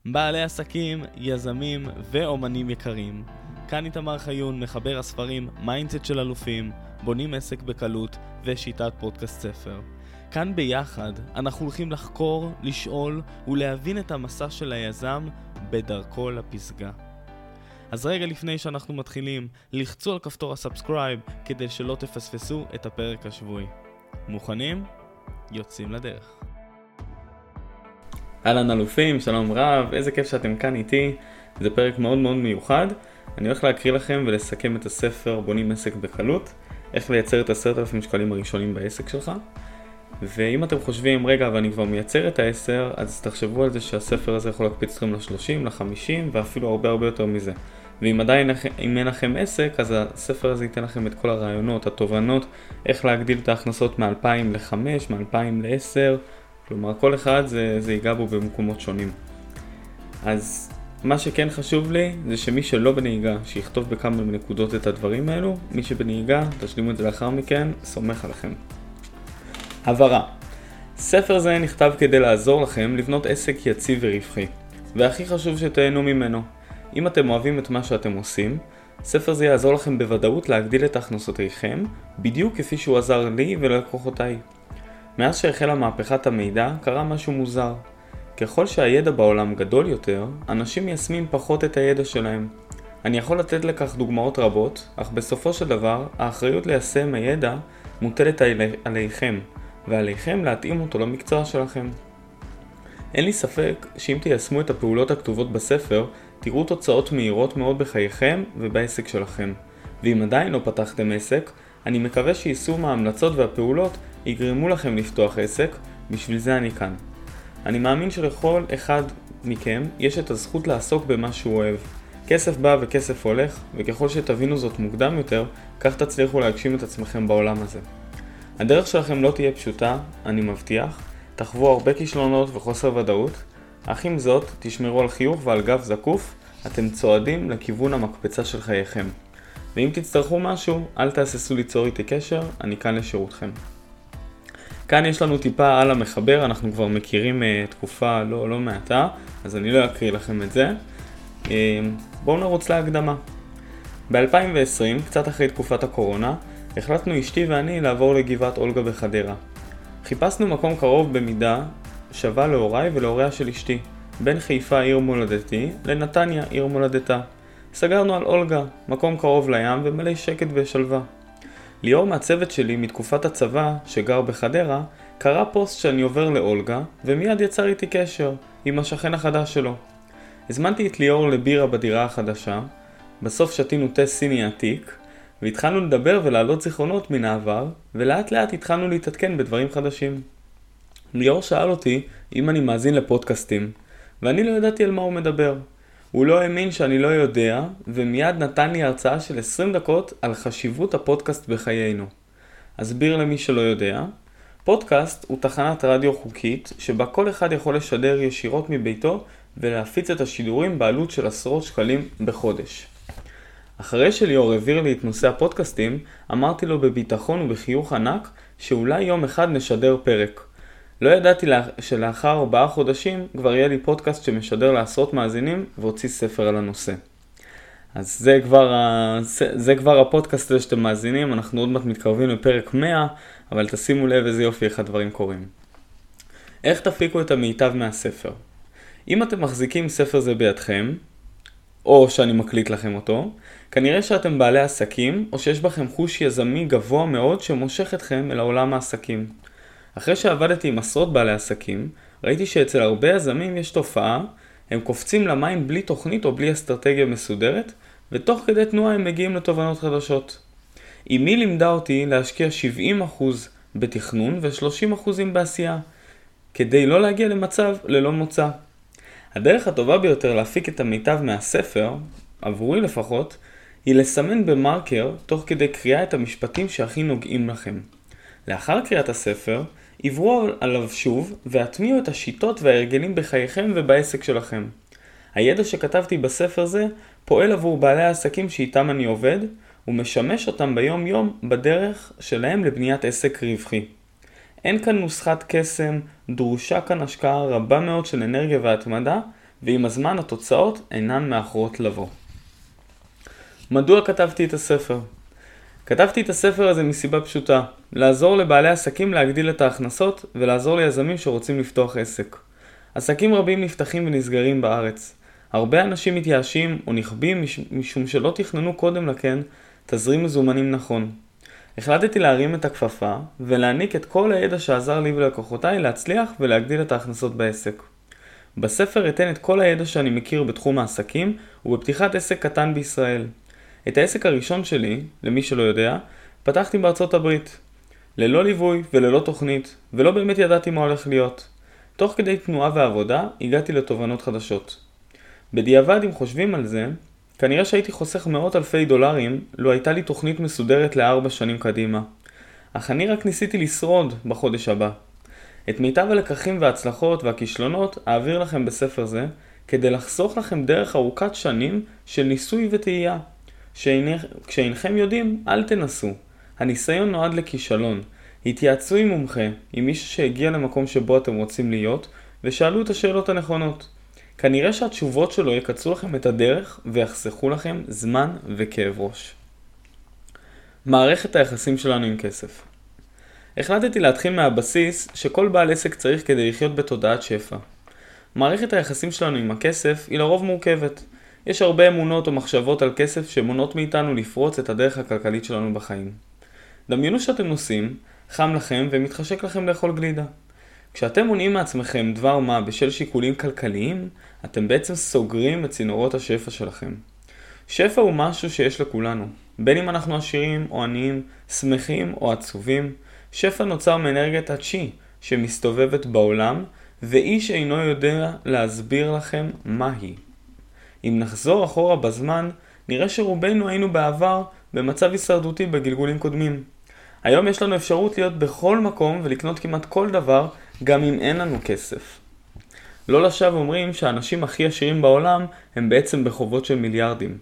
בעלי עסקים, יזמים ואומנים יקרים. כאן איתמר חיון, מחבר הספרים מיינדסט של אלופים, בונים עסק בקלות ושיטת פודקאסט ספר. כאן ביחד אנחנו הולכים לחקור, לשאול ולהבין את המסע של היזם בדרכו לפסגה. אז רגע לפני שאנחנו מתחילים, לחצו על כפתור הסאבסקרייב כדי שלא תפספסו את הפרק השבועי. מוכנים? יוצאים לדרך. אהלן אלופים, שלום רב, איזה כיף שאתם כאן איתי. זה פרק מאוד מאוד מיוחד. אני הולך להקריא לכם ולסכם את הספר בונים עסק בקלות, איך לייצר את 10,000 שקלים הראשונים בעסק שלך. ואם אתם חושבים, רגע, ואני כבר מייצר את ה10, אז תחשבו על זה שהספר הזה יכול להקפיץ אתכם ל-30, ל-50 ואפילו הרבה יותר מזה. ואם עדיין אם אין לכם עסק, אז הספר הזה ייתן לכם את כל הרעיונות, התובנות, איך להגדיל את ההכנסות מ-2,000 ל-5, מ-2,000 ל-10, כלומר, כל אחד זה ייגע בו במקומות שונים. אז מה שכן חשוב לי זה שמי שלא בנהיגה, שיכתוב בכמה נקודות את הדברים האלו. מי שבנהיגה, תשלימו את זה לאחר מכן, סומך עליכם. הבהרה. ספר זה נכתב כדי לעזור לכם לבנות עסק יציב ורווחי. והכי חשוב שתהנו ממנו. אם אתם אוהבים את מה שאתם עושים, ספר זה יעזור לכם בוודאות להגדיל את הכנסותיכם, בדיוק כפי שהוא עזר לי וללקוחותיי. מאז שהחלה מהפכת המידע, קרה משהו מוזר. ככל שהידע בעולם גדול יותר, אנשים מיישמים פחות את הידע שלהם. אני יכול לתת לכך דוגמאות רבות, אך בסופו של דבר, האחריות ליישם הידע מוטלת עליכם, ועליכם להתאים אותו למקצוע שלכם. אין לי ספק שאם תיישמו את הפעולות הכתובות בספר, תראו תוצאות מהירות מאוד בחייכם ובעסק שלכם. ואם עדיין לא פתחתם עסק, אני מקווה שיישום ההמלצות והפעולות יגרמו לכם לפתוח עסק, בשביל זה אני כאן. אני מאמין שלכל אחד מכם יש את הזכות לעסוק במה שהוא אוהב. כסף בא וכסף הולך, וככל שתבינו זאת מוקדם יותר, כך תצליחו להגשים את עצמכם בעולם הזה. הדרך שלכם לא תהיה פשוטה, אני מבטיח, תחוו הרבה כישלונות וחוסר ודאות, אך עם זאת תשמרו על חיוך ועל גב זקוף, אתם צועדים לכיוון המקפצה של חייכם. ואם תצטרכו משהו, אל תהססו ליצור איתי קשר, אני כאן לשירותכם. כאן יש לנו טיפה על המחבר, אנחנו כבר מכירים תקופה לא מעטה, אז אני לא אקריא לכם את זה. בואו נרוץ להקדמה. ב-2020, קצת אחרי תקופת הקורונה, החלטנו אשתי ואני לעבור לגבעת אולגה בחדרה. חיפשנו מקום קרוב במידה שווה להוריי ולהוריה של אשתי, בין חיפה עיר מולדתי לנתניה עיר מולדתה. סגרנו על אולגה, מקום קרוב לים ומלא שקט ושלווה. ליאור מהצוות שלי מתקופת הצבא שגר בחדרה קרא פוסט שאני עובר לאולגה ומיד יצר איתי קשר עם השכן החדש שלו. הזמנתי את ליאור לבירה בדירה החדשה, בסוף שתינו תה סיני עתיק והתחלנו לדבר ולהעלות זיכרונות מן העבר ולאט לאט התחלנו להתעדכן בדברים חדשים. ליאור שאל אותי אם אני מאזין לפודקאסטים ואני לא ידעתי על מה הוא מדבר. הוא לא האמין שאני לא יודע, ומיד נתן לי הרצאה של 20 דקות על חשיבות הפודקאסט בחיינו. אסביר למי שלא יודע, פודקאסט הוא תחנת רדיו חוקית, שבה כל אחד יכול לשדר ישירות מביתו, ולהפיץ את השידורים בעלות של עשרות שקלים בחודש. אחרי שליאור העביר לי את נושא הפודקאסטים, אמרתי לו בביטחון ובחיוך ענק, שאולי יום אחד נשדר פרק. לא ידעתי שלאחר 4 חודשים כבר יהיה לי פודקאסט שמשדר לעשרות מאזינים והוציא ספר על הנושא. אז זה כבר הפודקאסט הזה שאתם מאזינים, אנחנו עוד מעט מתקרבים לפרק 100, אבל תשימו לב איזה יופי איך הדברים קורים. איך תפיקו את המיטב מהספר? אם אתם מחזיקים ספר זה בידכם, או שאני מקליט לכם אותו, כנראה שאתם בעלי עסקים, או שיש בכם חוש יזמי גבוה מאוד שמושך אתכם אל העולם העסקים. אחרי שעבדתי עם עשרות בעלי עסקים, ראיתי שאצל הרבה יזמים יש תופעה, הם קופצים למים בלי תוכנית או בלי אסטרטגיה מסודרת, ותוך כדי תנועה הם מגיעים לתובנות חדשות. אמי לימדה אותי להשקיע 70% בתכנון ו30% בעשייה, כדי לא להגיע למצב ללא מוצא. הדרך הטובה ביותר להפיק את המיטב מהספר, עבורי לפחות, היא לסמן במרקר תוך כדי קריאה את המשפטים שהכי נוגעים לכם. לאחר קריאת הספר, עברו עליו שוב והטמיעו את השיטות וההרגלים בחייכם ובעסק שלכם. הידע שכתבתי בספר זה פועל עבור בעלי העסקים שאיתם אני עובד, ומשמש אותם ביום יום בדרך שלהם לבניית עסק רווחי. אין כאן נוסחת קסם, דרושה כאן השקעה רבה מאוד של אנרגיה והתמדה, ועם הזמן התוצאות אינן מאחרות לבוא. מדוע כתבתי את הספר? כתבתי את הספר הזה מסיבה פשוטה, לעזור לבעלי עסקים להגדיל את ההכנסות ולעזור ליזמים שרוצים לפתוח עסק. עסקים רבים נפתחים ונסגרים בארץ. הרבה אנשים מתייאשים או נכבים משום שלא תכננו קודם לכן תזרים מזומנים נכון. החלטתי להרים את הכפפה ולהעניק את כל הידע שעזר לי ולקוחותיי להצליח ולהגדיל את ההכנסות בעסק. בספר אתן את כל הידע שאני מכיר בתחום העסקים ובפתיחת עסק קטן בישראל. את העסק הראשון שלי, למי שלא יודע, פתחתי בארצות הברית. ללא ליווי וללא תוכנית, ולא באמת ידעתי מה הולך להיות. תוך כדי תנועה ועבודה, הגעתי לתובנות חדשות. בדיעבד, אם חושבים על זה, כנראה שהייתי חוסך מאות אלפי דולרים, לו הייתה לי תוכנית מסודרת ל4 שנים קדימה. אך אני רק ניסיתי לשרוד בחודש הבא. את מיטב הלקחים וההצלחות והכישלונות אעביר לכם בספר זה, כדי לחסוך לכם דרך ארוכת שנים של ניסוי וטעייה. כשאינכם יודעים, אל תנסו. הניסיון נועד לכישלון. התייעצו עם מומחה, עם מישהו שהגיע למקום שבו אתם רוצים להיות, ושאלו את השאלות הנכונות. כנראה שהתשובות שלו יקצרו לכם את הדרך ויחסכו לכם זמן וכאב ראש. מערכת היחסים שלנו עם כסף. החלטתי להתחיל מהבסיס שכל בעל עסק צריך כדי לחיות בתודעת שפע. מערכת היחסים שלנו עם הכסף היא לרוב מורכבת. יש הרבה אמונות או מחשבות על כסף שמונות מאיתנו לפרוץ את הדרך הכלכלית שלנו בחיים. דמיינו שאתם נוסעים, חם לכם ומתחשק לכם לאכול גלידה. כשאתם מונעים מעצמכם דבר מה בשל שיקולים כלכליים, אתם בעצם סוגרים את צינורות השפע שלכם. שפע הוא משהו שיש לכולנו. בין אם אנחנו עשירים או עניים, שמחים או עצובים, שפע נוצר מאנרגיית הצ'י שמסתובבת בעולם, ואיש אינו יודע להסביר לכם מה היא. אם נחזור אחורה בזמן, נראה שרובנו היינו בעבר במצב הישרדותי בגלגולים קודמים. היום יש לנו אפשרות להיות בכל מקום ולקנות כמעט כל דבר, גם אם אין לנו כסף. לא לשווא אומרים שהאנשים הכי עשירים בעולם הם בעצם בחובות של מיליארדים.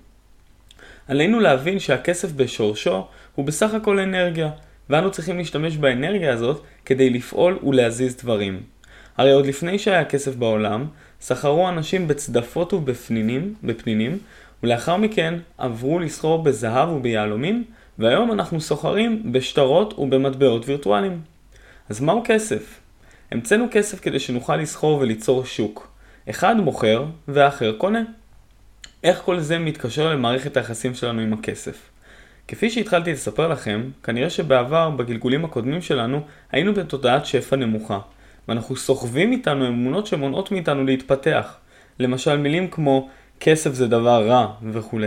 עלינו להבין שהכסף בשורשו הוא בסך הכל אנרגיה, ואנו צריכים להשתמש באנרגיה הזאת כדי לפעול ולהזיז דברים. הרי עוד לפני שהיה כסף בעולם, סחרו אנשים בצדפות ובפנינים, ולאחר מכן עברו לסחור בזהב וביהלומים, והיום אנחנו סוחרים בשטרות ובמטבעות וירטואליים. אז מהו כסף? המצאנו כסף כדי שנוכל לסחור וליצור שוק. אחד מוכר והאחר קונה. איך כל זה מתקשר למערכת היחסים שלנו עם הכסף? כפי שהתחלתי לספר לכם, כנראה שבעבר בגלגולים הקודמים שלנו היינו בתודעת שפע נמוכה, ואנחנו סוחבים איתנו אמונות שמונעות מאיתנו להתפתח. למשל מילים כמו כסף זה דבר רע וכו'.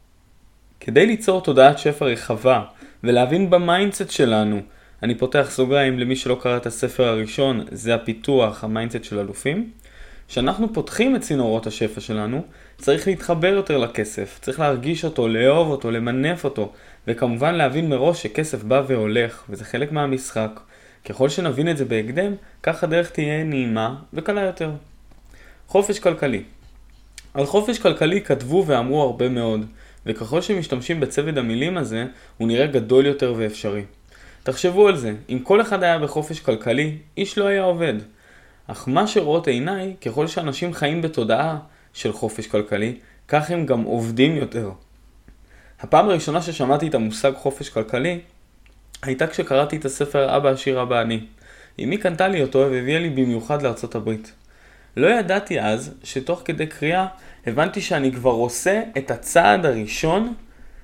כדי ליצור תודעת שפע רחבה ולהבין במיינדסט שלנו, אני פותח סוגריים למי שלא קרא את הספר הראשון, זה הפיתוח, המיינדסט של אלופים. כשאנחנו פותחים את צינורות השפע שלנו, צריך להתחבר יותר לכסף, צריך להרגיש אותו, לאהוב אותו, למנף אותו, וכמובן להבין מראש שכסף בא והולך, וזה חלק מהמשחק. ככל שנבין את זה בהקדם, כך הדרך תהיה נעימה וקלה יותר. חופש כלכלי. על חופש כלכלי כתבו ואמרו הרבה מאוד, וככל שמשתמשים בצוות המילים הזה, הוא נראה גדול יותר ואפשרי. תחשבו על זה, אם כל אחד היה בחופש כלכלי, איש לא היה עובד. אך מה שרואות עיניי, ככל שאנשים חיים בתודעה של חופש כלכלי, כך הם גם עובדים יותר. הפעם הראשונה ששמעתי את המושג חופש כלכלי, הייתה כשקראתי את הספר אבא עשיר אבא עני. אמי קנתה לי אותו והביאה לי במיוחד לארצות הברית. לא ידעתי אז שתוך כדי קריאה הבנתי שאני כבר עושה את הצעד הראשון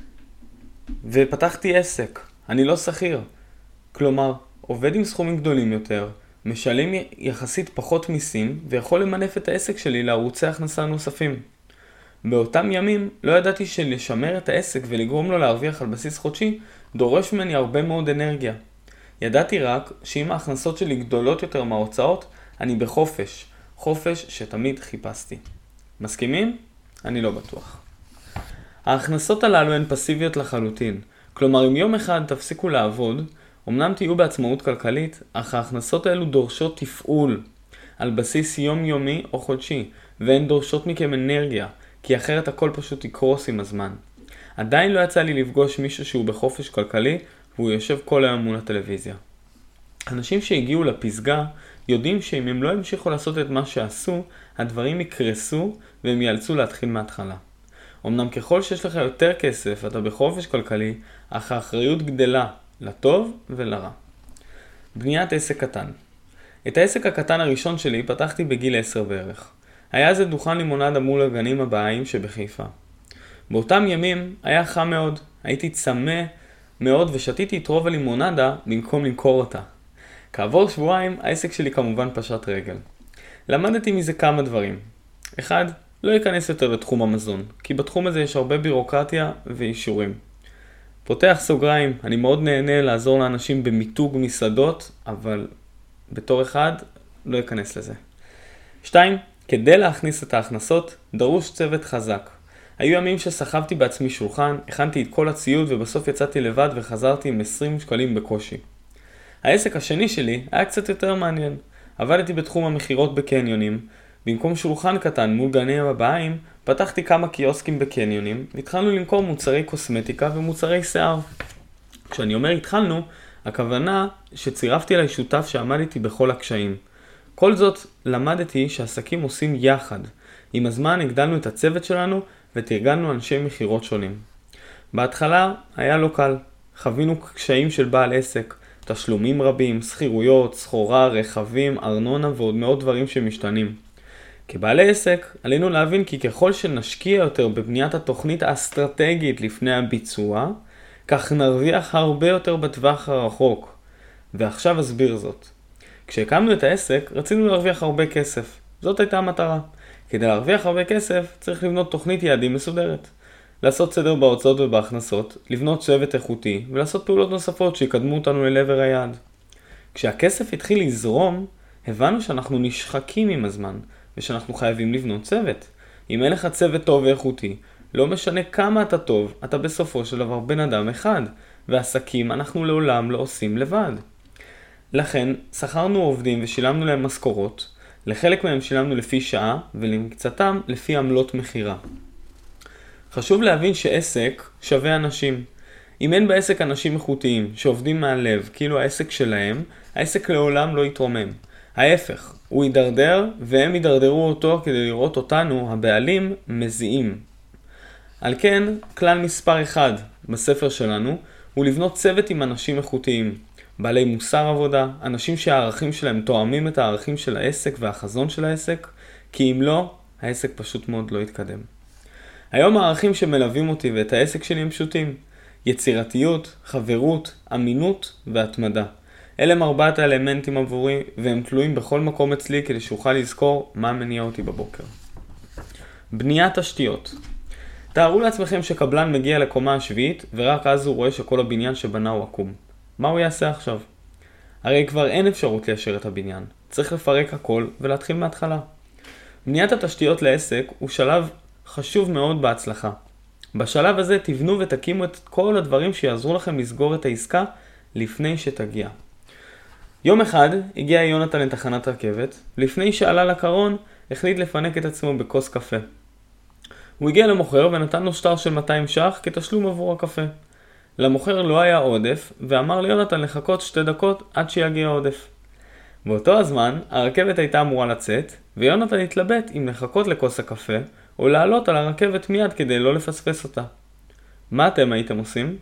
ופתחתי עסק. אני לא שכיר. כלומר, עובד עם סכומים גדולים יותר, משלם יחסית פחות מיסים ויכול למנף את העסק שלי לערוצי הכנסה נוספים. באותם ימים לא ידעתי שלשמר את העסק ולגרום לו להרוויח על בסיס חודשי דורש ממני הרבה מאוד אנרגיה. ידעתי רק שאם ההכנסות שלי גדולות יותר מההוצאות, אני בחופש. חופש שתמיד חיפשתי. מסכימים? אני לא בטוח. ההכנסות הללו הן פסיביות לחלוטין. כלומר, אם יום אחד תפסיקו לעבוד, אמנם תהיו בעצמאות כלכלית, אך ההכנסות האלו דורשות תפעול על בסיס יומיומי או חודשי, והן דורשות מכם אנרגיה, כי אחרת הכל פשוט יקרוס עם הזמן. עדיין לא יצא לי לפגוש מישהו שהוא בחופש כלכלי, והוא יושב כל היום מול הטלוויזיה. אנשים שהגיעו לפסגה יודעים שאם הם לא ימשיכו לעשות את מה שעשו, הדברים יקרסו והם ייאלצו להתחיל מההתחלה. אמנם ככל שיש לך יותר כסף, אתה בחופש כלכלי, אך האחריות גדלה לטוב ולרע. בניית עסק קטן. את העסק הקטן הראשון שלי פתחתי בגיל 10 בערך. היה זה דוכן לימונדה מול הגנים הבאים שבחיפה. באותם ימים היה חם מאוד, הייתי צמא מאוד ושתיתי את רוב הלימונדה במקום למכור אותה. כעבור שבועיים העסק שלי כמובן פשט רגל. למדתי מזה כמה דברים. 1. לא אכנס יותר לתחום המזון, כי בתחום הזה יש הרבה בירוקרטיה ואישורים. פותח סוגריים, אני מאוד נהנה לעזור לאנשים במיתוג מסעדות, אבל בתור אחד לא אכנס לזה. 2. כדי להכניס את ההכנסות, דרוש צוות חזק. היו ימים שסחבתי בעצמי שולחן, הכנתי את כל הציוד ובסוף יצאתי לבד וחזרתי עם 20 שקלים בקושי. העסק השני שלי היה קצת יותר מעניין. עבדתי בתחום המחירות בקניונים. במקום שולחן קטן מול גני הבאים, פתחתי כמה קיוסקים בקניונים, והתחלנו למכור מוצרי קוסמטיקה ומוצרי שיער. כשאני אומר התחלנו, הכוונה שצירפתי אליי שותף שעמד איתי בכל הקשיים. כל זאת למדתי שעסקים עושים יחד. עם הזמן הגדלנו את הצוות שלנו ותרגלנו אנשי מחירות שונים. בהתחלה היה לא קל. חווינו קשיים של בעל עסק, תשלומים רבים, שכירויות, סחורה, רכבים, ארנונה ועוד מאות דברים שמשתנים. כבעלי עסק, עלינו להבין כי ככל שנשקיע יותר בבניית התוכנית האסטרטגית לפני הביצוע, כך נרוויח הרבה יותר בטווח הרחוק. ועכשיו אסביר זאת. כשהקמנו את העסק, רצינו להרוויח הרבה כסף. זאת הייתה המטרה. כדי להרוויח הרבה כסף, צריך לבנות תוכנית יעדים מסודרת. לעשות סדר בהוצאות ובהכנסות, לבנות צוות איכותי, ולעשות פעולות נוספות שיקדמו אותנו אל עבר היעד. כשהכסף התחיל לזרום, הבנו שאנחנו נשחקים עם הזמן, ושאנחנו חייבים לבנות צוות. אם אין לך צוות טוב ואיכותי, לא משנה כמה אתה טוב, אתה בסופו של דבר בן אדם אחד, ועסקים אנחנו לעולם לא עושים לבד. לכן, שכרנו עובדים ושילמנו להם משכורות, לחלק מהם שילמנו לפי שעה, ולמקצתם לפי עמלות מחירה. חשוב להבין שעסק שווה אנשים. אם אין בעסק אנשים איכותיים שעובדים מהלב, כאילו העסק שלהם, העסק לעולם לא יתרומם. ההפך, הוא יידרדר והם יידרדרו אותו כדי לראות אותנו, הבעלים, מזיעים. על כן, כלל מספר 1 בספר שלנו הוא לבנות צוות עם אנשים איכותיים. בעלי מוסר עבודה, אנשים שהערכים שלהם תואמים את הערכים של העסק והחזון של העסק, כי אם לא, העסק פשוט מאוד לא יתקדם. היום הערכים שמלווים אותי ואת העסק שלי הם פשוטים. יצירתיות, חברות, אמינות והתמדה. אלה הם 4 האלמנטים עבורי והם תלויים בכל מקום אצלי כדי שאוכל לזכור מה מניע אותי בבוקר. בניית תשתיות. תארו לעצמכם שקבלן מגיע לקומה השביעית ורק אז הוא רואה שכל הבניין שבנה הוא עקום. מה הוא יעשה עכשיו? הרי כבר אין אפשרות ליישר את הבניין. צריך לפרק הכל ולהתחיל מההתחלה. בניית התשתיות לעסק הוא שלב חשוב מאוד בהצלחה. בשלב הזה תבנו ותקימו את כל הדברים שיעזרו לכם לסגור את העסקה לפני שתגיע. יום אחד הגיע יונתן לתחנת רכבת, לפני שעלה לקרון החליט לפנק את עצמו בכוס קפה. הוא הגיע למוכר ונתן לו שטר של 200 ש"ח כתשלום עבור הקפה. למוכר לא היה עודף ואמר ליונתן לחכות 2 דקות עד שיגיע עודף. באותו הזמן הרכבת הייתה אמורה לצאת ויונתן התלבט אם לחכות לכוס הקפה או לעלות על הרכבת מיד כדי לא לפספס אותה. מה אתם הייתם עושים?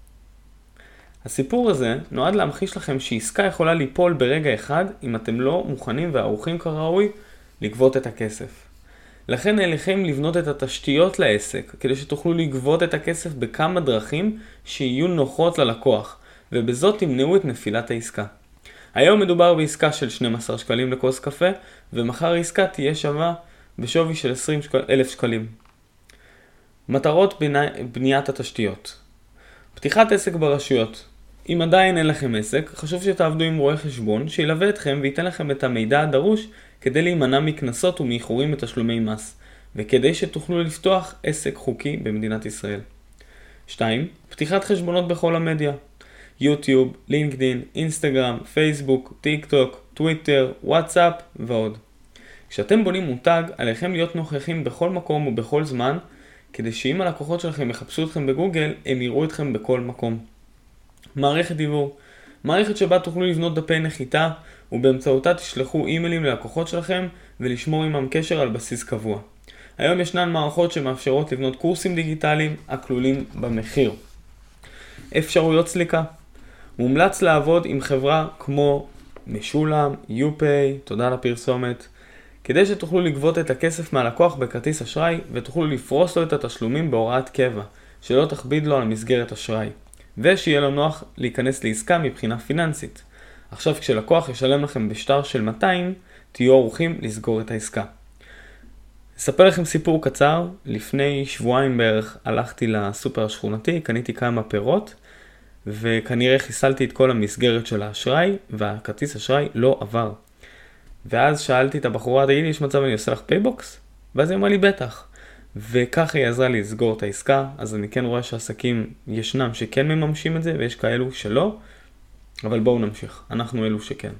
הסיפור הזה נועד להמחיש לכם שעסקה יכולה ליפול ברגע אחד אם אתם לא מוכנים וערוכים כראוי לגבות את הכסף. לכן עליכם לבנות את התשתיות לעסק כדי שתוכלו לגבות את הכסף בכמה דרכים שיהיו נוחות ללקוח ובזאת תמנעו את נפילת העסקה. היום מדובר בעסקה של 12 שקלים לכוס קפה ומחר העסקה תהיה שווה בשווי של 20,000 שקלים. מטרות בניית התשתיות. פתיחת עסק ברשויות. אם עדיין אין לכם עסק, חשוב שתעבדו עם רואה חשבון שילווה אתכם וייתן לכם את המידע הדרוש כדי להימנע מקנסות ומאיחורים בתשלומי מס, וכדי שתוכלו לפתוח עסק חוקי במדינת ישראל. 2. פתיחת חשבונות בכל המדיה. יוטיוב, לינקדין, אינסטגרם, פייסבוק, טיק טוק, טוויטר, וואטסאפ ועוד. כשאתם בונים מותג, עליכם להיות נוכחים בכל מקום ובכל זמן, כדי שאם הלקוחות שלכם יחפשו אתכם בגוגל, הם יראו אתכם בכל מקום. מערכת דיבור. מערכת שבה תוכלו לבנות דפי נחיתה ובאמצעותה תשלחו אימיילים ללקוחות שלכם ולשמור עמם קשר על בסיס קבוע. היום ישנן מערכות שמאפשרות לבנות קורסים דיגיטליים הכלולים במחיר. אפשרויות סליקה. מומלץ לעבוד עם חברה כמו משולם, יופי, תודה לפרסומת, כדי שתוכלו לגבות את הכסף מהלקוח בכרטיס אשראי ותוכלו לפרוס לו את התשלומים בהוראת קבע, שלא תכביד לו על מסגרת אשראי, ושיהיה לו נוח להיכנס לעסקה מבחינה פיננסית. עכשיו כשלקוח ישלם לכם בשטר של 200, תהיו ערוכים לסגור את העסקה. אספר לכם סיפור קצר. לפני שבועיים בערך הלכתי לסופר השכונתי, קניתי כמה פירות, וכנראה חיסלתי את כל המסגרת של האשראי, והכרטיס אשראי לא עבר. ואז שאלתי את הבחורה, תגידי, יש מצב אני עושה לך פייבוקס? ואז היא אמרה לי בטח. וככה היא עזרה לי לסגור את העסקה. אז אני כן רואה שעסקים ישנם שכן מממשים את זה, ויש כאלו שלא. אבל בואו נמשיך, אנחנו אלו שכן.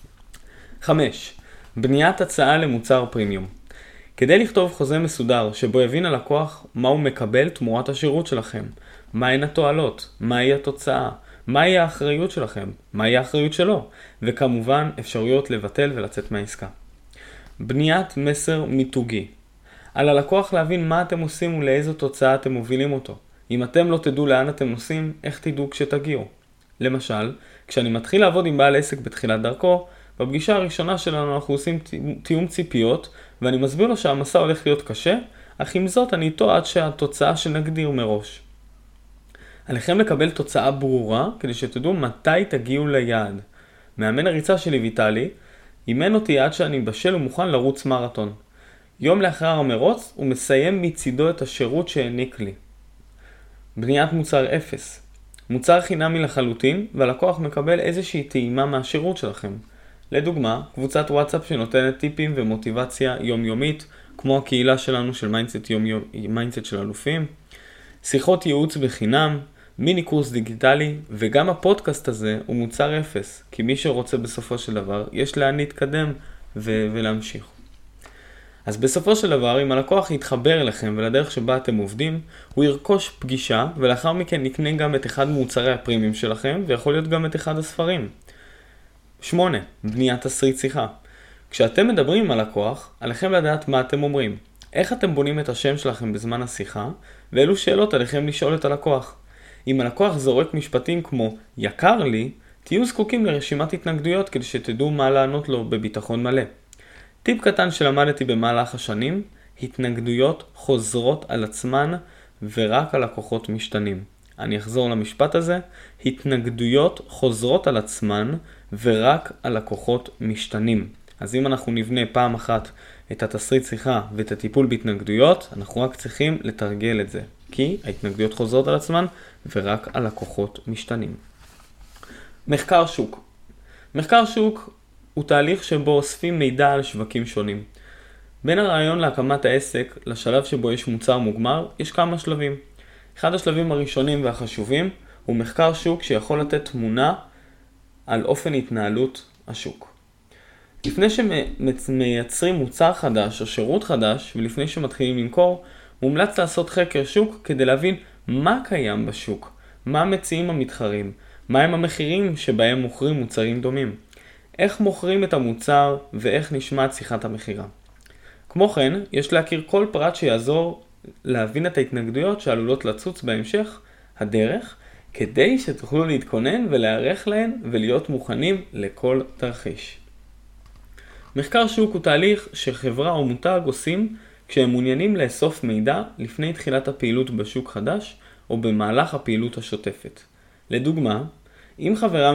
5. בניית הצעה למוצר פרימיום. כדי לכתוב חוזה מסודר שבו יבין הלקוח מה הוא מקבל תמורת השירות שלכם, מהן התועלות, מהי התוצאה, מהי האחריות שלכם, מהי האחריות שלו, וכמובן אפשרויות לבטל ולצאת מהעסקה. בניית מסר מיתוגי. על הלקוח להבין מה אתם עושים ולאיזו תוצאה אתם מובילים אותו. אם אתם לא תדעו לאן אתם נוסעים, איך תדעו כשתגיעו? למשל, כשאני מתחיל לעבוד עם בעל עסק בתחילת דרכו, בפגישה הראשונה שלנו אנחנו עושים תיאום ציפיות, ואני מסביר לו שהמסע הולך להיות קשה, אך עם זאת אני איתו עד שהתוצאה שנגדיר מראש. עליכם לקבל תוצאה ברורה, כדי שתדעו מתי תגיעו ליעד. מאמן הריצה שלי ויטלי, אימן אותי עד שאני בשל ומוכן לרוץ מרתון. יום לאחר המרוץ הוא מסיים מצידו את השירות שהעניק לי. בניית מוצר אפס. מוצר חינמי לחלוטין, והלקוח מקבל איזושהי טעימה מהשירות שלכם. לדוגמה, קבוצת וואטסאפ שנותנת טיפים ומוטיבציה יומיומית, כמו הקהילה שלנו של מיינדסט של אלופים, שיחות ייעוץ בחינם, מיני קורס דיגיטלי, וגם הפודקאסט הזה הוא מוצר אפס, כי מי שרוצה בסופו של דבר יש לאן להתקדם ולהמשיך. אז בסופו של דבר, אם הלקוח יתחבר אליכם ולדרך שבה אתם עובדים, הוא ירכוש פגישה, ולאחר מכן נקנה גם את אחד מוצרי הפרימיום שלכם, ויכול להיות גם את אחד הספרים. 8. בניית תסריט שיחה. כשאתם מדברים עם הלקוח, עליכם לדעת מה אתם אומרים, איך אתם בונים את השם שלכם בזמן השיחה, ואילו שאלות עליכם לשאול את הלקוח. אם הלקוח זורק משפטים כמו יקר לי, תהיו זקוקים לרשימת התנגדויות כדי שתדעו מה לענות לו בביטחון מלא. טיפ קטן שלמדתי במהלך השנים, התנגדויות חוזרות על עצמן ורק הלקוחות משתנים. אני אחזור למשפט הזה, התנגדויות חוזרות על עצמן ורק הלקוחות משתנים. אז אם אנחנו נבנה פעם אחת את התסריט שיחה ואת הטיפול בהתנגדויות, אנחנו רק צריכים לתרגל את זה. כי ההתנגדויות חוזרות על עצמן ורק הלקוחות משתנים. מחקר שוק. מחקר שוק הוא תהליך שבו אוספים מידע על שווקים שונים. בין הרעיון להקמת העסק לשלב שבו יש מוצר מוגמר, יש כמה שלבים. אחד השלבים הראשונים והחשובים הוא מחקר שוק שיכול לתת תמונה על אופן התנהלות השוק. לפני שמייצרים מוצר חדש או שירות חדש ולפני שמתחילים למכור, מומלץ לעשות חקר שוק כדי להבין מה קיים בשוק, מה מציעים המתחרים, מהם המחירים שבהם מוכרים מוצרים דומים, איך מוכרים את המוצר ואיך נשמעת שיחת המחירה. כמו כן, יש להכיר כל פרט שיעזור להבין את ההתנגדויות שעלולות לצוץ בהמשך הדרך, כדי שתוכלו להתכונן ולהיערך להן ולהיות מוכנים לכל תרחיש. מחקר שוק הוא תהליך שחברה או מותג עושים כשהם מעוניינים לאסוף מידע לפני תחילת הפעילות בשוק חדש או במהלך הפעילות השוטפת. לדוגמה, אם חברה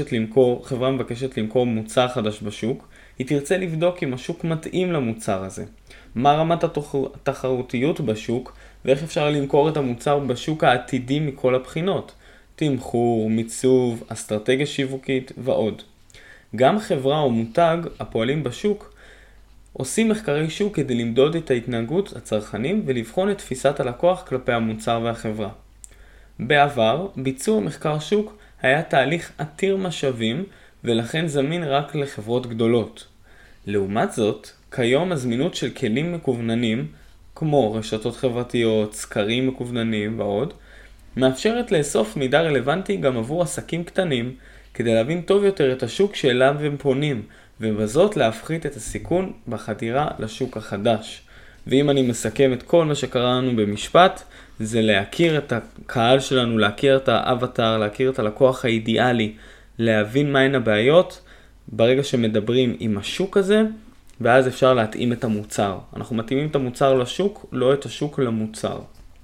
מבקשת למכור מוצר חדש בשוק, היא תרצה לבדוק אם השוק מתאים למוצר הזה, מה רמת התחרותיות בשוק ואיך אפשר למכור את המוצר בשוק העתידי מכל הבחינות, תמחור, מיצוב, אסטרטגיה שיווקית ועוד. גם חברה או מותג הפועלים בשוק עושים מחקרי שוק כדי למדוד את ההתנהגות הצרכנים ולבחון את תפיסת הלקוח כלפי המוצר והחברה. בעבר, ביצוע מחקר שוק היה תהליך עתיר משאבים ולכן זמין רק לחברות גדולות. לעומת זאת, כיום הזמינות של כלים מקווננים, כמו רשתות חברתיות, סקרים מקווננים ועוד, מאפשרת לאסוף מידע רלוונטי גם עבור עסקים קטנים, כדי להבין טוב יותר את השוק שאליו הם פונים, ובזאת להפחית את הסיכון בחדירה לשוק החדש. ואם אני מסכם את כל מה שקרה לנו במשפט, זה להכיר את הקהל שלנו, להכיר את האבטר, להכיר את הלקוח האידיאלי, להבין מהן הבעיות ברגע שמדברים עם השוק הזה, ואז אפשר להתאים את המוצר. אנחנו מתאימים את המוצר לשוק, לא את השוק למוצר.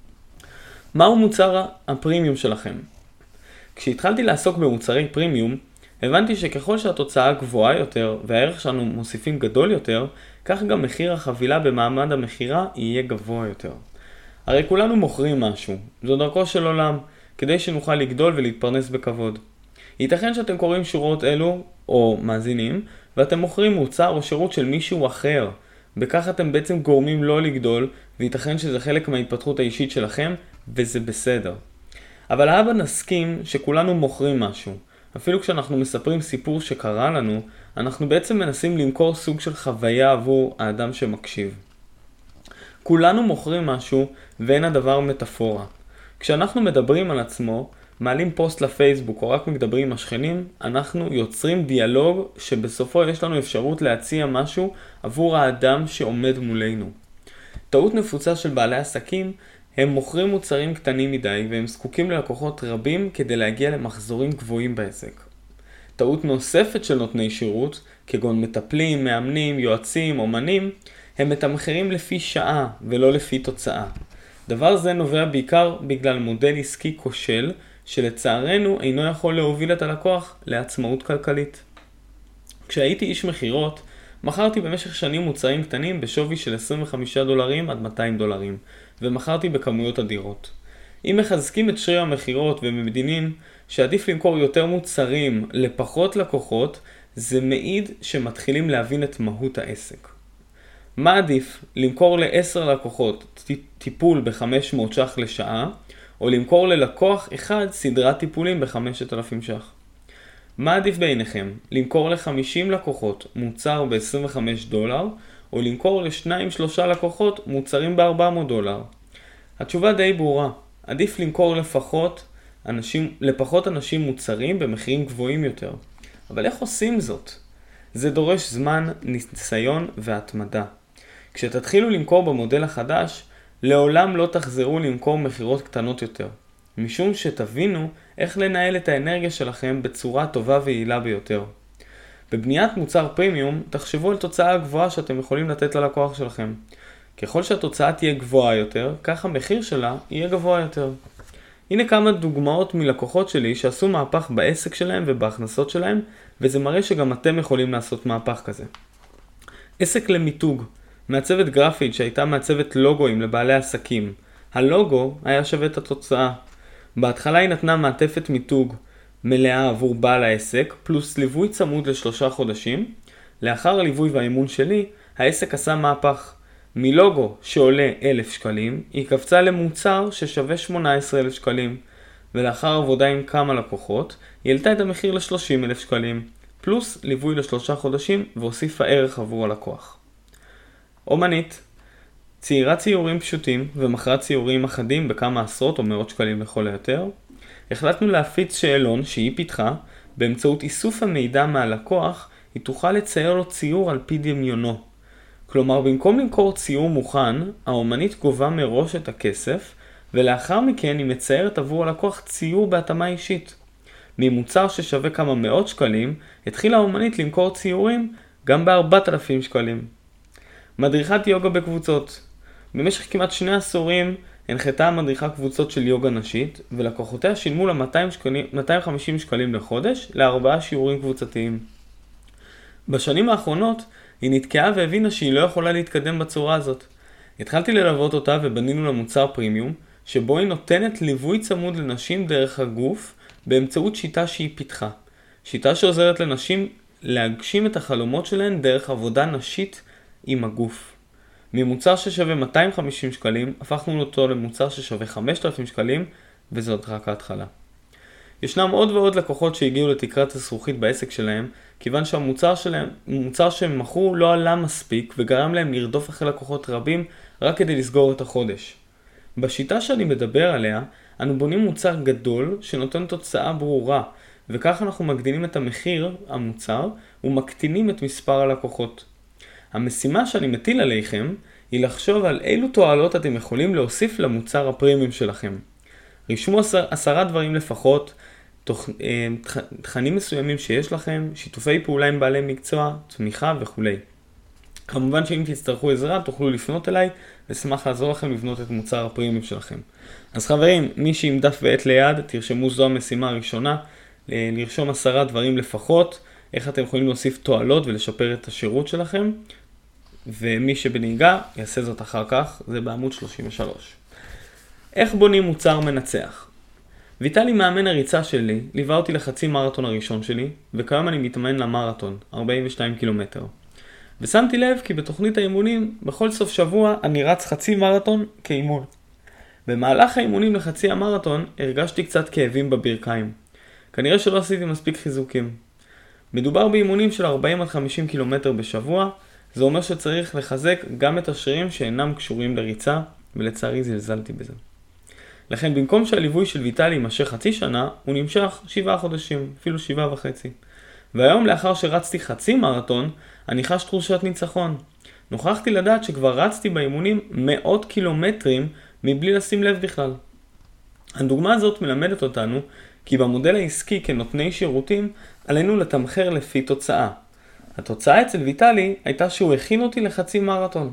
מהו מוצר הפרימיום שלכם? כשהתחלתי לעסוק במוצרי פרימיום, הבנתי שככל שהתוצאה גבוהה יותר והערך שאנו מוסיפים גדול יותר, כך גם מחיר החבילה במעמד המחירה יהיה גבוה יותר. הרי כולנו מוכרים משהו, זו דרכו של עולם, כדי שנוכל לגדול ולהתפרנס בכבוד. ייתכן שאתם קוראים שורות אלו, או מאזינים, ואתם מוכרים מוצר או שירות של מישהו אחר. בכך אתם בעצם גורמים לא לגדול, וייתכן שזה חלק מההתפתחות האישית שלכם, וזה בסדר. אבל הבה נסכים שכולנו מוכרים משהו. אפילו כשאנחנו מספרים סיפור שקרה לנו, אנחנו בעצם מנסים למכור סוג של חוויה עבור האדם שמקשיב. כולנו מוכרים משהו ואין הדבר מטאפורה. כשאנחנו מדברים על עצמו, מעלים פוסט לפייסבוק או רק מדברים עם השכנים, אנחנו יוצרים דיאלוג שבסופו יש לנו אפשרות להציע משהו עבור האדם שעומד מולנו. טעות נפוצה של בעלי עסקים, הם מוכרים מוצרים קטנים מדי והם זקוקים ללקוחות רבים כדי להגיע למחזורים גבוהים בעסק. טעות נוספת של נותני שירות, כגון מטפלים, מאמנים, יועצים, אומנים, הם מתמחרים לפי שעה ולא לפי תוצאה. דבר זה נובע בעיקר בגלל מודל עסקי כושל, שלצערנו אינו יכול להוביל את הלקוח לעצמאות כלכלית. כשהייתי איש מחירות, מכרתי במשך שנים מוצרים קטנים בשווי של $25 עד $200, ומכרתי בכמויות אדירות. אם מחזקים את שריר המחירות ומבינים שעדיף למכור יותר מוצרים לפחות לקוחות, זה מעיד שמתחילים להבין את מהות העסק. מה עדיף? למכור ל10 לקוחות טיפול ב-500 ש"ח לשעה, או למכור ללקוח אחד סדרת טיפולים ב-5,000 ש"ח. מה עדיף בעיניכם? למכור ל50 לקוחות מוצר ב-$25, או למכור ל2-3 לקוחות מוצרים ב$400? התשובה די ברורה. עדיף למכור לפחות אנשים מוצרים במחירים גבוהים יותר. אבל איך עושים זאת? זה דורש זמן, ניסיון והתמדה. כשתתחילו למכור במודל החדש, לעולם לא תחזרו למכור מחירות קטנות יותר. משום שתבינו איך לנהל את האנרגיה שלכם בצורה טובה ויעילה ביותר. בבניית מוצר פרימיום, תחשבו על תוצאה גבוהה שאתם יכולים לתת ללקוח שלכם. ככל שהתוצאה תהיה גבוהה יותר, כך המחיר שלה יהיה גבוה יותר. הנה כמה דוגמאות מלקוחות שלי שעשו מהפך בעסק שלהם ובהכנסות שלהם, וזה מראה שגם אתם יכולים לעשות מהפך כזה. עסק למיתוג, מעצבת גרפית שהייתה מעצבת לוגוים לבעלי עסקים. הלוגו היה שווה את התוצאה. בהתחלה היא נתנה מעטפת מיתוג מלאה עבור בעל העסק, פלוס ליווי צמוד ל3 חודשים. לאחר הליווי והאימון שלי, העסק עשה מהפך. מלוגו שעולה 1,000 שקלים, היא קפצה למוצר ששווה 18,000 שקלים. ולאחר עבודה עם כמה לקוחות, היא העלתה את המחיר ל30,000 שקלים, פלוס ליווי ל3 חודשים והוסיפה ערך עבור הלקוח. אומנית, ציירה ציורים פשוטים ומכרה ציורים אחדים בכמה עשרות או מאות שקלים לכל היותר. החלטנו להפיץ שאלון שהיא פיתחה, באמצעות איסוף המידע מהלקוח, היא תוכל לצייר לו ציור על פי דמיונו. כלומר, במקום למכור ציור מוכן, האומנית גובה מראש את הכסף, ולאחר מכן היא מציירת עבור הלקוח ציור בהתאמה אישית. ממוצר ששווה כמה מאות שקלים, התחילה האומנית למכור ציורים גם ב4,000 שקלים. מדריכת יוגה בקבוצות. במשך כמעט 2 עשורים הנחתה המדריכה קבוצות של יוגה נשית, ולקוחותיה שילמו לה 250 שקלים לחודש ל4 שיעורים קבוצתיים. בשנים האחרונות היא נתקעה והבינה שהיא לא יכולה להתקדם בצורה הזאת. התחלתי ללוות אותה ובנינו למוצר פרימיום, שבו היא נותנת ליווי צמוד לנשים דרך הגוף באמצעות שיטה שהיא פיתחה. שיטה שעוזרת לנשים להגשים את החלומות שלהן דרך עבודה נשית עם הגוף. ממוצר ששווה 250 שקלים, הפכנו אותו למוצר ששווה 5,000 שקלים, וזאת רק ההתחלה. ישנם עוד ועוד לקוחות שהגיעו לתקרת הזכוכית בעסק שלהם, כיוון שהמוצר שהם מכרו לא עלה מספיק, וגרם להם לרדוף אחרי לקוחות רבים רק כדי לסגור את החודש. בשיטה שאני מדבר עליה, אנו בונים מוצר גדול שנותן תוצאה ברורה, וכך אנחנו מגדילים את המחיר המוצר ומקטינים את מספר הלקוחות. המשימה שאני מטיל עליכם היא לחשוב על אילו תועלות אתם יכולים להוסיף למוצר הפרימיום שלכם. רשמו 10 דברים לפחות, תכנים מסוימים שיש לכם, שיתופי פעולה עם בעלי מקצוע, תמיכה וכו'. כמובן שאם תצטרכו עזרה תוכלו לפנות אליי, ושמח לעזור לכם לבנות את מוצר הפרימיום שלכם. אז חברים, מי שעם דף ועט ליד, תרשמו זו המשימה הראשונה, לרשום 10 דברים לפחות, איך אתם יכולים להוסיף תועלות ולשפר את השירות שלכם, ומי שבנהיגה יעשה זאת אחר כך, זה בעמוד 33. איך בונים מוצר מנצח? ויטלי מאמן הריצה שלי, ליווה אותי לחצי מרתון הראשון שלי, וכיום אני מתאמן למרתון, 42 קילומטר. ושמתי לב כי בתוכנית האימונים, בכל סוף שבוע אני רץ חצי מרתון כאימון. במהלך האימונים לחצי המרתון, הרגשתי קצת כאבים בברכיים. כנראה שלא עשיתי מספיק חיזוקים. מדובר באימונים של 40-50 קילומטר בשבוע, זה אומר שצריך לחזק גם את השרירים שאינם קשורים לריצה, ולצערי זלזלתי בזה. לכן במקום שהליווי של ויטלי יימשך חצי שנה, הוא נמשך 7 חודשים, אפילו 7.5. והיום לאחר שרצתי חצי מרתון, אני חש תחושת ניצחון. נוכחתי לדעת שכבר רצתי באימונים מאות קילומטרים מבלי לשים לב בכלל. הדוגמה הזאת מלמדת אותנו כי במודל העסקי כנותני שירותים עלינו לתמחר לפי תוצאה. התוצאה אצל ויטלי הייתה שהוא הכין אותי לחצי מרתון.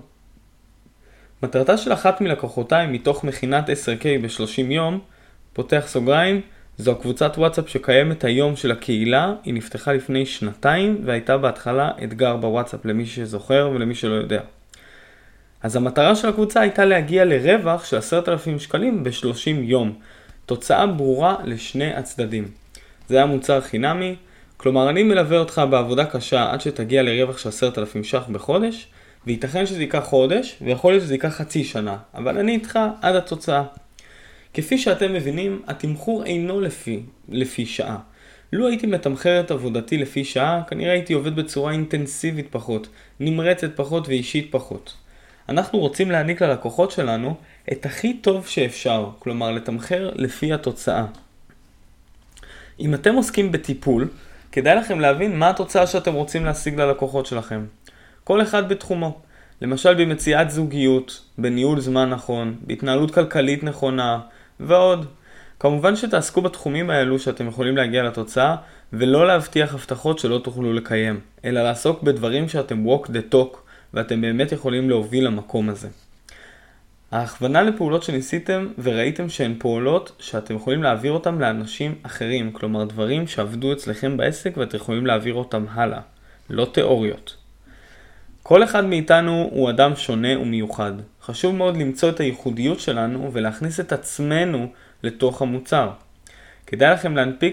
מטרתה של אחת מלקוחותיי מתוך מכינת 10K ב-30 יום, פותח סוגריים, זו הקבוצת וואטסאפ שקיימת היום של הקהילה, היא נפתחה לפני 2 והייתה בהתחלה אתגר בוואטסאפ למי שזוכר ולמי שלא יודע. אז המטרה של הקבוצה הייתה להגיע לרווח של 10,000 שקלים ב-30 יום, תוצאה ברורה לשני הצדדים. זה היה מוצר חינמי, כלומר אני מלווה אותך בעבודה קשה עד שתגיע לרווח של 10,000 ש"ח בחודש, וייתכן שזה ייקח חודש, ויכול להיות שזה ייקח חצי שנה, אבל אני איתך עד התוצאה. כפי שאתם מבינים, התמחור אינו לפי שעה. לו הייתי מתמחר את עבודתי לפי שעה, כנראה הייתי עובד בצורה אינטנסיבית פחות, נמרצת פחות ואישית פחות. אנחנו רוצים להעניק ללקוחות שלנו את הכי טוב שאפשר, כלומר לתמחר לפי התוצאה. אם אתם עוסקים בטיפול, כדאי לכם להבין מה התוצאה שאתם רוצים להשיג ללקוחות שלכם. כל אחד בתחומו. למשל במציאת זוגיות, בניהול זמן נכון, בהתנהלות כלכלית נכונה ועוד. כמובן שתעסקו בתחומים האלו שאתם יכולים להגיע לתוצאה ולא להבטיח הבטחות שלא תוכלו לקיים, אלא לעסוק בדברים שאתם walk the talk ואתם באמת יכולים להוביל למקום הזה. ההכוונה לפעולות שניסיתם וראיתם שהן פעולות שאתם יכולים להעביר אותם לאנשים אחרים, כלומר דברים שעבדו אצלכם בעסק ואתם יכולים להעביר אותם הלאה, לא תיאוריות. כל אחד מאיתנו הוא אדם שונה ומיוחד. חשוב מאוד למצוא את הייחודיות שלנו ולהכניס את עצמנו לתוך המוצר. כדאי לכם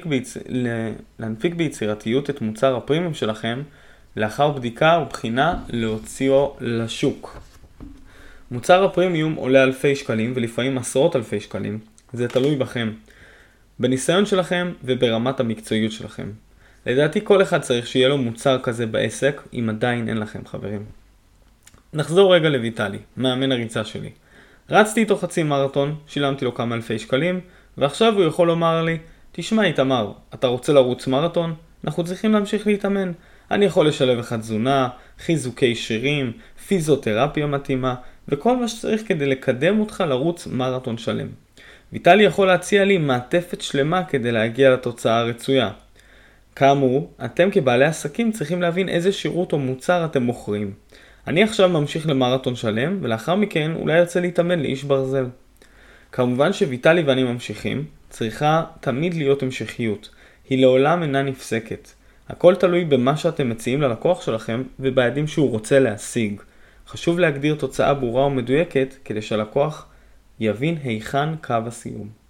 להנפיק ביצירתיות את מוצר הפרימיום שלכם, לאחר בדיקה ובחינה להוציאו לשוק. מוצר הפרימיום עולה אלפי שקלים ולפעמים עשרות אלפי שקלים. זה תלוי בכם, בניסיון שלכם וברמת המקצועיות שלכם. לדעתי כל אחד צריך שיהיה לו מוצר כזה בעסק, אם עדיין אין לכם חברים. נחזור רגע לויטלי, מאמן הריצה שלי. רצתי איתו חצי מרתון, שילמתי לו כמה אלפי שקלים, ועכשיו הוא יכול לומר לי, תשמע איתמר, אתה רוצה לרוץ מרתון? אנחנו צריכים להמשיך להתאמן. אני יכול לשלב לך תזונה, חיזוקי שרירים, פיזיותרפיה מתאימה, וכל מה שצריך כדי לקדם אותך לרוץ מרתון שלם. ויטלי יכול להציע לי מעטפת שלמה כדי להגיע לתוצאה הרצויה. כאמור, אתם כבעלי עסקים צריכים להבין איזה שירות או מוצר אתם מוכרים. אני עכשיו ממשיך למרתון שלם, ולאחר מכן אולי ארצה להתאמן לאיש ברזל. כמובן שוויטלי ואני ממשיכים, צריכה תמיד להיות המשכיות. היא לעולם אינה נפסקת. הכל תלוי במה שאתם מציעים ללקוח שלכם וביעדים שהוא רוצה להשיג. חשוב להגדיר תוצאה ברורה ומדויקת כדי שהלקוח יבין היכן קו הסיום.